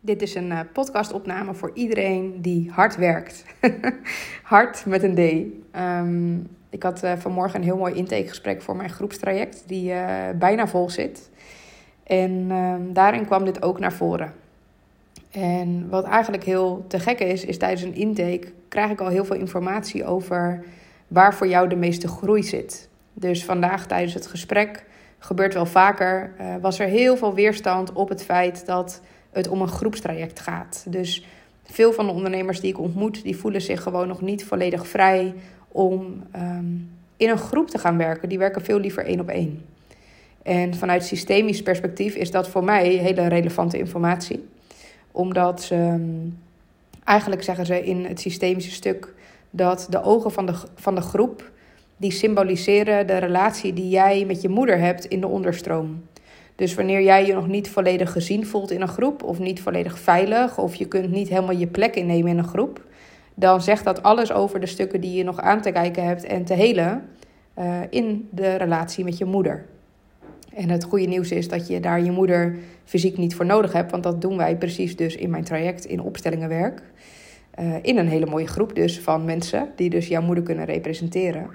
Dit is een podcastopname voor iedereen die hard werkt. Hard met een D. Ik had vanmorgen een heel mooi intakegesprek voor mijn groepstraject, die bijna vol zit. En daarin kwam dit ook naar voren. En wat eigenlijk heel te gek is tijdens een intake krijg ik al heel veel informatie over waar voor jou de meeste groei zit. Dus vandaag tijdens het gesprek, gebeurt wel vaker, was er heel veel weerstand op het feit dat het om een groepstraject gaat. Dus veel van de ondernemers die ik ontmoet, die voelen zich gewoon nog niet volledig vrij om in een groep te gaan werken. Die werken veel liever 1-op-1. En vanuit systemisch perspectief is dat voor mij hele relevante informatie. Omdat eigenlijk zeggen ze in het systemische stuk dat de ogen van de groep, die symboliseren de relatie die jij met je moeder hebt in de onderstroom. Dus wanneer jij je nog niet volledig gezien voelt in een groep, of niet volledig veilig, of je kunt niet helemaal je plek innemen in een groep, dan zegt dat alles over de stukken die je nog aan te kijken hebt en te helen in de relatie met je moeder. En het goede nieuws is dat je daar je moeder fysiek niet voor nodig hebt, want dat doen wij precies dus in mijn traject in opstellingenwerk. In een hele mooie groep dus van mensen die dus jouw moeder kunnen representeren.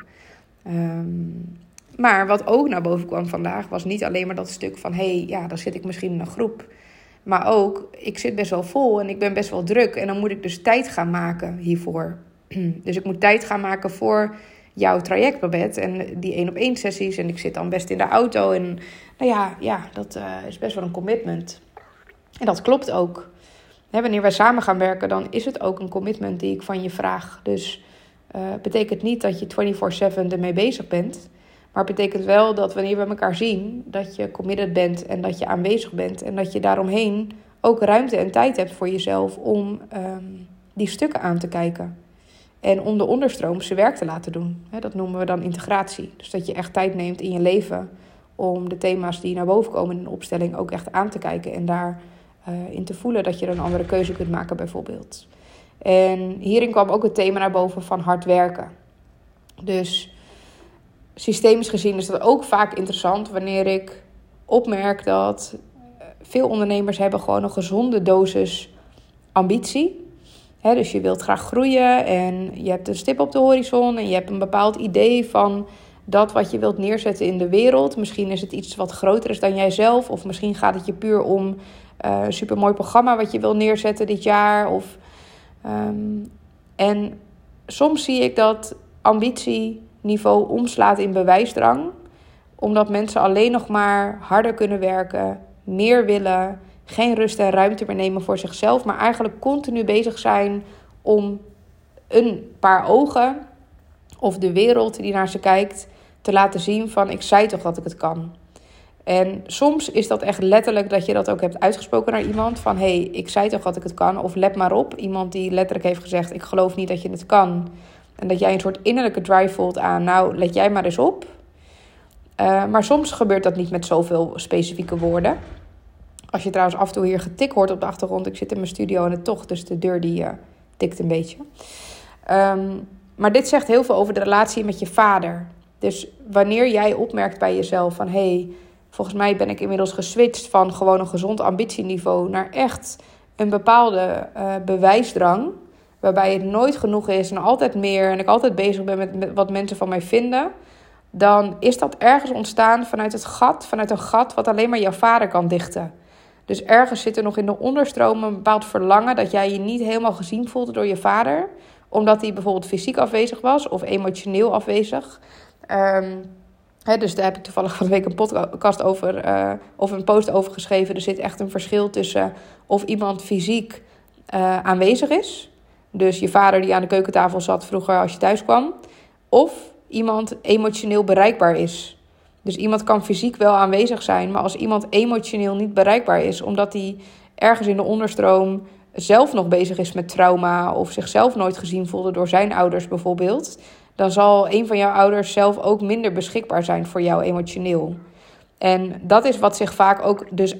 Maar wat ook naar boven kwam vandaag was niet alleen maar dat stuk van dan zit ik misschien in een groep. Maar ook, ik zit best wel vol en ik ben best wel druk. En dan moet ik dus tijd gaan maken hiervoor. Dus ik moet tijd gaan maken voor jouw traject, Babette. En die 1-op-1 sessies. En ik zit dan best in de auto. En dat is best wel een commitment. En dat klopt ook. Wanneer wij samen gaan werken, dan is het ook een commitment die ik van je vraag. Dus het betekent niet dat je 24/7 ermee bezig bent. Maar het betekent wel dat wanneer we elkaar zien, dat je committed bent en dat je aanwezig bent. En dat je daaromheen ook ruimte en tijd hebt voor jezelf om die stukken aan te kijken. En om de onderstroom zijn werk te laten doen. Dat noemen we dan integratie. Dus dat je echt tijd neemt in je leven om de thema's die naar boven komen in een opstelling ook echt aan te kijken. En daarin te voelen dat je er een andere keuze kunt maken bijvoorbeeld. En hierin kwam ook het thema naar boven van hard werken. Dus systemisch gezien is dat ook vaak interessant wanneer ik opmerk dat veel ondernemers hebben gewoon een gezonde dosis ambitie. Dus je wilt graag groeien en je hebt een stip op de horizon en je hebt een bepaald idee van dat wat je wilt neerzetten in de wereld. Misschien is het iets wat groter is dan jijzelf, of misschien gaat het je puur om een supermooi programma wat je wil neerzetten dit jaar. En soms zie ik dat ambitieniveau omslaat in bewijsdrang, omdat mensen alleen nog maar harder kunnen werken, meer willen, geen rust en ruimte meer nemen voor zichzelf, maar eigenlijk continu bezig zijn om een paar ogen of de wereld die naar ze kijkt te laten zien van ik zei toch dat ik het kan. En soms is dat echt letterlijk dat je dat ook hebt uitgesproken naar iemand van ik zei toch dat ik het kan, of let maar op. Iemand die letterlijk heeft gezegd ik geloof niet dat je het kan. En dat jij een soort innerlijke drive voelt aan let jij maar eens op. Maar soms gebeurt dat niet met zoveel specifieke woorden. Als je trouwens af en toe hier getik hoort op de achtergrond. Ik zit in mijn studio en het toch, dus de deur die tikt een beetje. Maar dit zegt heel veel over de relatie met je vader. Dus wanneer jij opmerkt bij jezelf van volgens mij ben ik inmiddels geswitcht van gewoon een gezond ambitieniveau naar echt een bepaalde bewijsdrang, waarbij het nooit genoeg is en altijd meer en ik altijd bezig ben met wat mensen van mij vinden, dan is dat ergens ontstaan vanuit een gat wat alleen maar jouw vader kan dichten. Dus ergens zit er nog in de onderstroom een bepaald verlangen dat jij je niet helemaal gezien voelde door je vader, omdat hij bijvoorbeeld fysiek afwezig was of emotioneel afwezig. Dus daar heb ik toevallig van de week een podcast over of een post over geschreven. Er zit echt een verschil tussen of iemand fysiek aanwezig is. Dus je vader die aan de keukentafel zat vroeger als je thuis kwam. Of iemand emotioneel bereikbaar is. Dus iemand kan fysiek wel aanwezig zijn, maar als iemand emotioneel niet bereikbaar is, omdat hij ergens in de onderstroom zelf nog bezig is met trauma of zichzelf nooit gezien voelde door zijn ouders bijvoorbeeld, dan zal een van jouw ouders zelf ook minder beschikbaar zijn voor jou emotioneel. En dat is wat zich vaak ook dus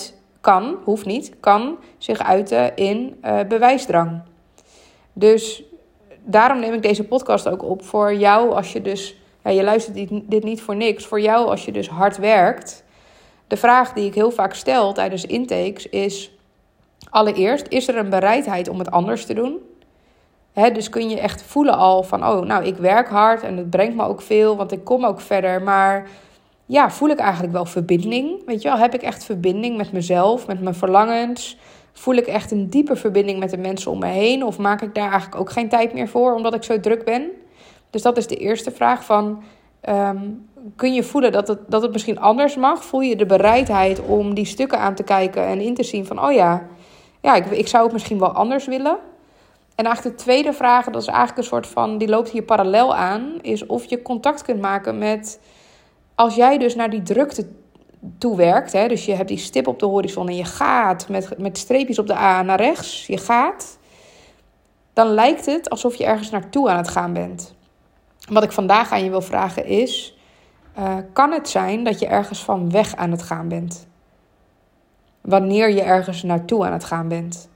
kan zich uiten in bewijsdrang. Dus daarom neem ik deze podcast ook op voor jou als je dus, je luistert dit niet voor niks, voor jou als je dus hard werkt. De vraag die ik heel vaak stel tijdens intakes is, Allereerst, is er een bereidheid om het anders te doen? Dus kun je echt voelen al van, ik werk hard en het brengt me ook veel, want ik kom ook verder. Maar ja, voel ik eigenlijk wel verbinding? Weet je wel, heb ik echt verbinding met mezelf, met mijn verlangens? Voel ik echt een diepe verbinding met de mensen om me heen? Of maak ik daar eigenlijk ook geen tijd meer voor, omdat ik zo druk ben? Dus dat is de eerste vraag van, kun je voelen dat het misschien anders mag? Voel je de bereidheid om die stukken aan te kijken en in te zien van, ik zou het misschien wel anders willen? En eigenlijk de tweede vraag, dat is eigenlijk een soort van, die loopt hier parallel aan, is of je contact kunt maken met, als jij dus naar die drukte toe werkt, dus je hebt die stip op de horizon en je gaat met streepjes op de A naar rechts, je gaat, dan lijkt het alsof je ergens naartoe aan het gaan bent. Wat ik vandaag aan je wil vragen is, kan het zijn dat je ergens van weg aan het gaan bent? Wanneer je ergens naartoe aan het gaan bent?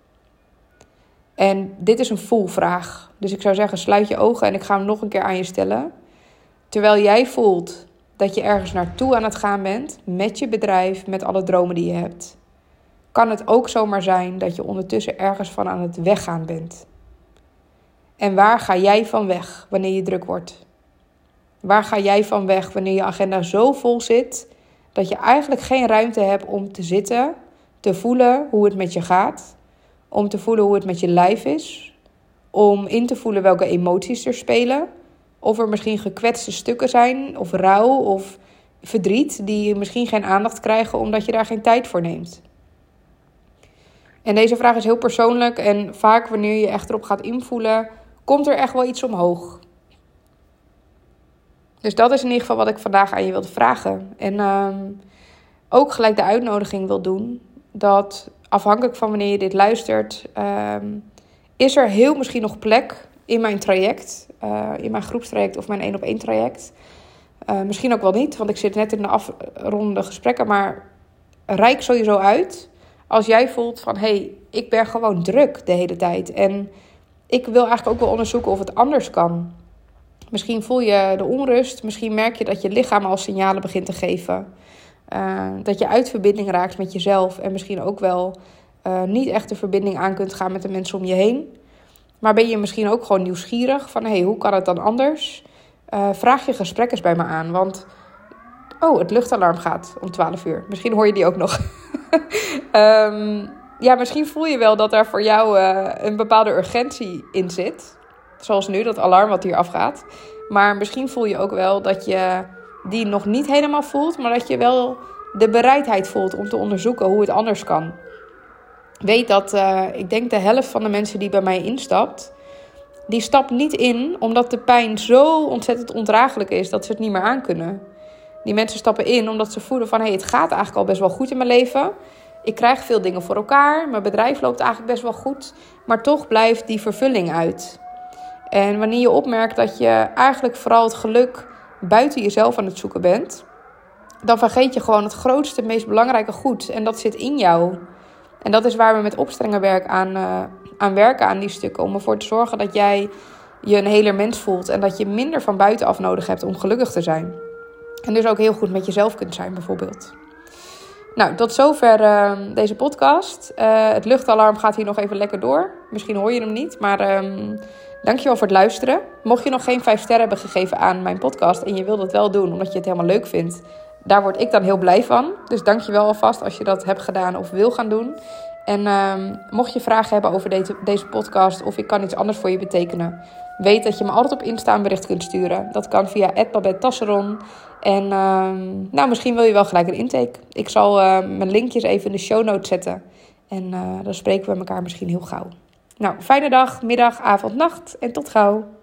En dit is een voelvraag. Dus ik zou zeggen, sluit je ogen en ik ga hem nog een keer aan je stellen. Terwijl jij voelt dat je ergens naartoe aan het gaan bent, met je bedrijf, met alle dromen die je hebt, kan het ook zomaar zijn dat je ondertussen ergens van aan het weggaan bent. En waar ga jij van weg wanneer je druk wordt? Waar ga jij van weg wanneer je agenda zo vol zit dat je eigenlijk geen ruimte hebt om te zitten, te voelen hoe het met je gaat, om te voelen hoe het met je lijf is, om in te voelen welke emoties er spelen, of er misschien gekwetste stukken zijn, of rouw, of verdriet, die misschien geen aandacht krijgen omdat je daar geen tijd voor neemt. En deze vraag is heel persoonlijk en vaak wanneer je echt erop gaat invoelen, komt er echt wel iets omhoog. Dus dat is in ieder geval wat ik vandaag aan je wilde vragen. En ook gelijk de uitnodiging wil doen, dat afhankelijk van wanneer je dit luistert, is er heel misschien nog plek in mijn traject, in mijn groepstraject of mijn 1-op-1 traject. Misschien ook wel niet, want ik zit net in de afrondende gesprekken, maar reik sowieso uit. Als jij voelt van, ik ben gewoon druk de hele tijd en ik wil eigenlijk ook wel onderzoeken of het anders kan. Misschien voel je de onrust, misschien merk je dat je lichaam al signalen begint te geven. Dat je uit verbinding raakt met jezelf en misschien ook wel niet echt de verbinding aan kunt gaan met de mensen om je heen. Maar ben je misschien ook gewoon nieuwsgierig van, hoe kan het dan anders? Vraag je gesprek eens bij me aan, want het luchtalarm gaat om 12 uur. Misschien hoor je die ook nog. Misschien voel je wel dat daar voor jou een bepaalde urgentie in zit. Zoals nu, dat alarm wat hier afgaat. Maar misschien voel je ook wel dat je die nog niet helemaal voelt, maar dat je wel de bereidheid voelt om te onderzoeken hoe het anders kan. Weet dat, ik denk de helft van de mensen die bij mij instapt, die stapt niet in omdat de pijn zo ontzettend ondraaglijk is dat ze het niet meer aankunnen. Die mensen stappen in omdat ze voelen van, het gaat eigenlijk al best wel goed in mijn leven. Ik krijg veel dingen voor elkaar, mijn bedrijf loopt eigenlijk best wel goed, maar toch blijft die vervulling uit. En wanneer je opmerkt dat je eigenlijk vooral het geluk buiten jezelf aan het zoeken bent, dan vergeet je gewoon het grootste, meest belangrijke goed. En dat zit in jou. En dat is waar we met Opstrengenwerk aan werken, aan die stukken. Om ervoor te zorgen dat jij je een heler mens voelt. En dat je minder van buitenaf nodig hebt om gelukkig te zijn. En dus ook heel goed met jezelf kunt zijn bijvoorbeeld. Nou, tot zover deze podcast. Het luchtalarm gaat hier nog even lekker door. Misschien hoor je hem niet, maar dankjewel voor het luisteren. Mocht je nog geen 5 sterren hebben gegeven aan mijn podcast en je wilt het wel doen omdat je het helemaal leuk vindt, daar word ik dan heel blij van. Dus dankjewel alvast als je dat hebt gedaan of wil gaan doen. En mocht je vragen hebben over deze podcast of ik kan iets anders voor je betekenen, weet dat je me altijd op Insta een bericht kunt sturen. Dat kan via @babettasseron. En misschien wil je wel gelijk een intake. Ik zal mijn linkjes even in de show notes zetten. En dan spreken we elkaar misschien heel gauw. Nou, fijne dag, middag, avond, nacht en tot gauw.